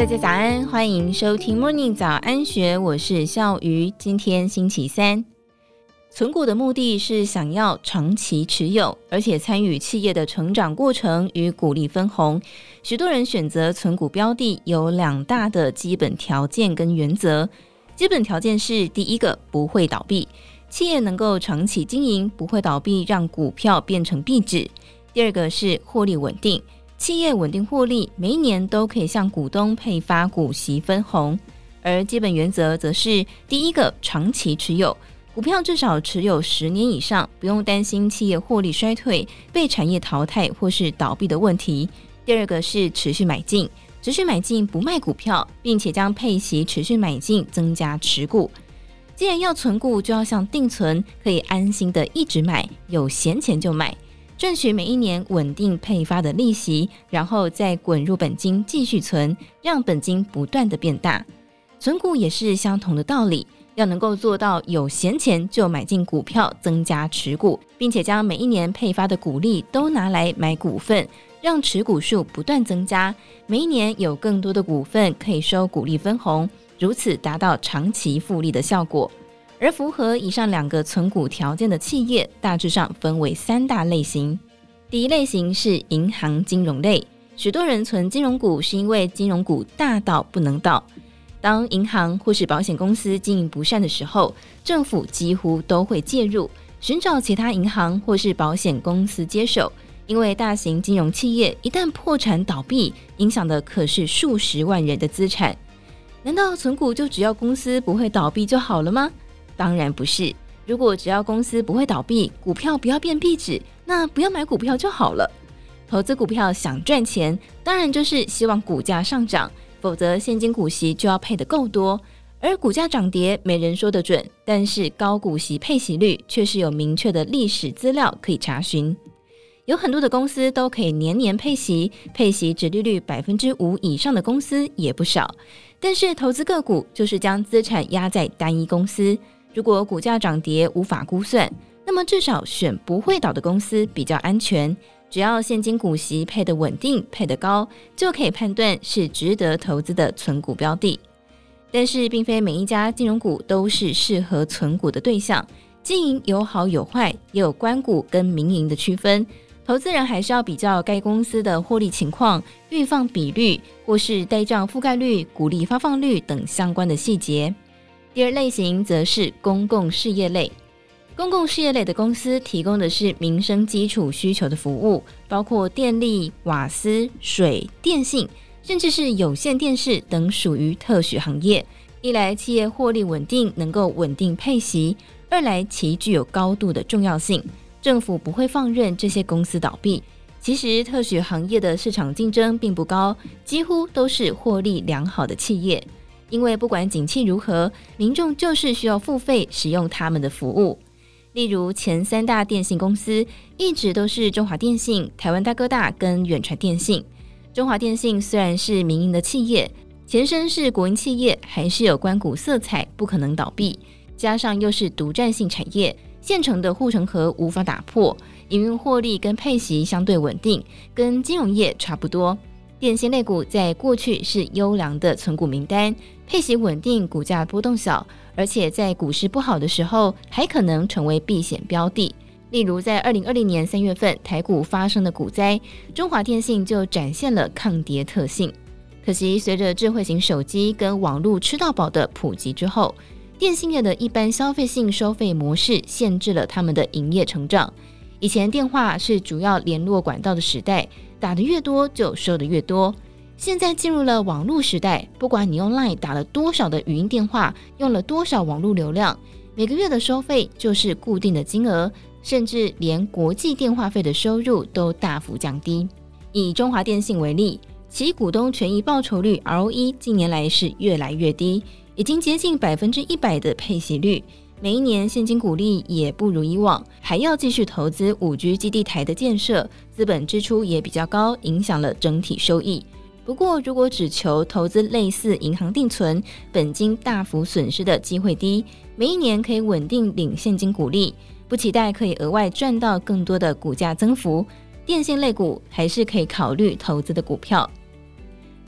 大家早安，欢迎收听 Morning 早安学，我是笑瑜。今天星期三，存股的目的是想要长期持有，而且参与企业的成长过程与股利分红。许多人选择存股标的有两大的基本条件跟原则。基本条件是，第一个，不会倒闭，企业能够长期经营，不会倒闭，让股票变成壁纸。第二个是获利稳定，企业稳定获利，每一年都可以向股东配发股息分红。而基本原则则是，第一个，长期持有，股票至少持有10年以上，不用担心企业获利衰退、被产业淘汰或是倒闭的问题。第二个是持续买进，持续买进不卖股票，并且将配息持续买进，增加持股。既然要存股，就要像定存，可以安心的一直买，有闲钱就买，赚取每一年稳定配发的利息，然后再滚入本金继续存，让本金不断的变大。存股也是相同的道理，要能够做到有闲钱就买进股票，增加持股，并且将每一年配发的股利都拿来买股份，让持股数不断增加，每一年有更多的股份可以收股利分红，如此达到长期复利的效果。而符合以上两个存股条件的企业，大致上分为3大类型。第一类型是银行金融类，许多人存金融股是因为金融股大到不能倒。当银行或是保险公司经营不善的时候，政府几乎都会介入，寻找其他银行或是保险公司接手。因为大型金融企业一旦破产倒闭，影响的可是数十万人的资产。难道存股就只要公司不会倒闭就好了吗？当然不是。如果只要公司不会倒闭，股票不要变壁纸，那不要买股票就好了。投资股票想赚钱，当然就是希望股价上涨，否则现金股息就要配得够多。而股价涨跌没人说得准，但是高股息配息率却是有明确的历史资料可以查询。有很多的公司都可以年年配息，配息殖利率 5% 以上的公司也不少。但是投资个股就是将资产压在单一公司，如果股价涨跌无法估算，那么至少选不会倒的公司比较安全。只要现金股息配得稳定、配得高，就可以判断是值得投资的存股标的。但是并非每一家金融股都是适合存股的对象，经营有好有坏，也有官股跟民营的区分。投资人还是要比较该公司的获利情况、预放比率或是呆账覆盖率、股利发放率等相关的细节。第二类型则是公共事业类。公共事业类的公司提供的是民生基础需求的服务，包括电力、瓦斯、水、电信，甚至是有线电视等，属于特许行业。一来企业获利稳定，能够稳定配息；二来其具有高度的重要性，政府不会放任这些公司倒闭。其实特许行业的市场竞争并不高，几乎都是获利良好的企业。因为不管景气如何，民众就是需要付费使用他们的服务。例如前3大电信公司一直都是中华电信、台湾大哥大跟远传电信。中华电信虽然是民营的企业，前身是国营企业，还是有官股色彩，不可能倒闭。加上又是独占性产业，现成的护城河无法打破，营运获利跟配息相对稳定，跟金融业差不多。电信类股在过去是优良的存股名单，配息稳定，股价波动小，而且在股市不好的时候还可能成为避险标的。例如在2020年3月份台股发生的股灾，中华电信就展现了抗跌特性。可惜随着智慧型手机跟网络吃到饱的普及之后，电信业的一般消费性收费模式限制了他们的营业成长。以前电话是主要联络管道的时代，打得越多就收得越多。现在进入了网络时代，不管你用 LINE 打了多少的语音电话，用了多少网络流量，每个月的收费就是固定的金额，甚至连国际电话费的收入都大幅降低。以中华电信为例，其股东权益报酬率 ROE 近年来是越来越低，已经接近 100% 的配息率，每一年现金股利也不如以往，还要继续投资 5G 基地台的建设，资本支出也比较高，影响了整体收益。不过如果只求投资类似银行定存，本金大幅损失的机会低，每一年可以稳定领现金股利，不期待可以额外赚到更多的股价增幅，电信类股还是可以考虑投资的股票。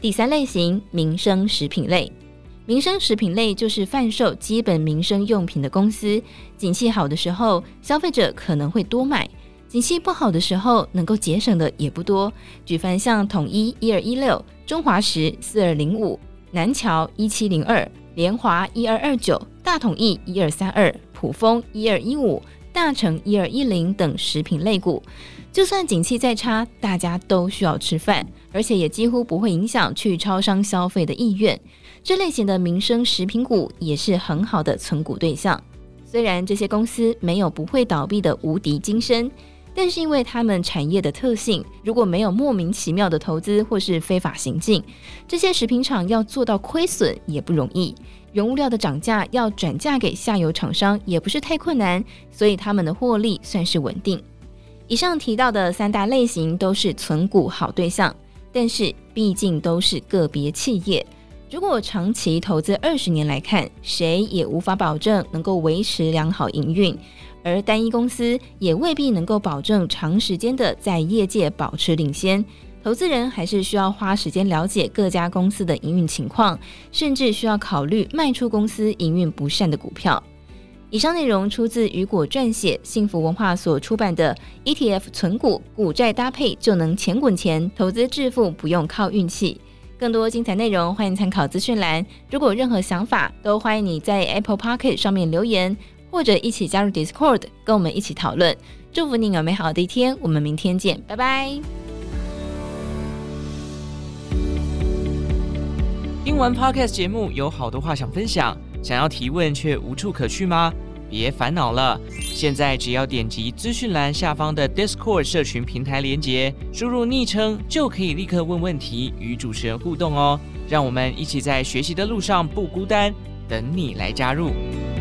第3类型，民生食品类。民生食品类就是贩售基本民生用品的公司，景气好的时候，消费者可能会多买，景气不好的时候，能够节省的也不多。举凡像统一1216、中华食4205、南侨1702、联华1229、大统一1232、普丰1215、大成1210等食品类股，就算景气再差，大家都需要吃饭，而且也几乎不会影响去超商消费的意愿。这类型的民生食品股也是很好的存股对象。虽然这些公司没有不会倒闭的无敌金身，但是因为他们产业的特性，如果没有莫名其妙的投资或是非法行径，这些食品厂要做到亏损也不容易。原物料的涨价要转嫁给下游厂商也不是太困难，所以他们的获利算是稳定。以上提到的3大类型都是存股好对象，但是毕竟都是个别企业，如果长期投资20年来看，谁也无法保证能够维持良好营运，而单一公司也未必能够保证长时间的在业界保持领先。投资人还是需要花时间了解各家公司的营运情况，甚至需要考虑卖出公司营运不善的股票。以上内容出自雨果撰写，幸福文化所出版的 ETF 存股股债搭配就能钱滚钱，投资致富不用靠运气。更多精彩内容欢迎参考资讯栏，如果有任何想法都欢迎你在 Apple Podcast 上面留言，或者一起加入 Discord 跟我们一起讨论。祝福你有美好的一天，我们明天见，拜拜。 听完 Podcast 节目有好多话想分享，想要提问却无处可去吗？别烦恼了，现在只要点击资讯栏下方的 Discord 社群平台连结，输入昵称就可以立刻问问题，与主持人互动哦。让我们一起在学习的路上不孤单，等你来加入。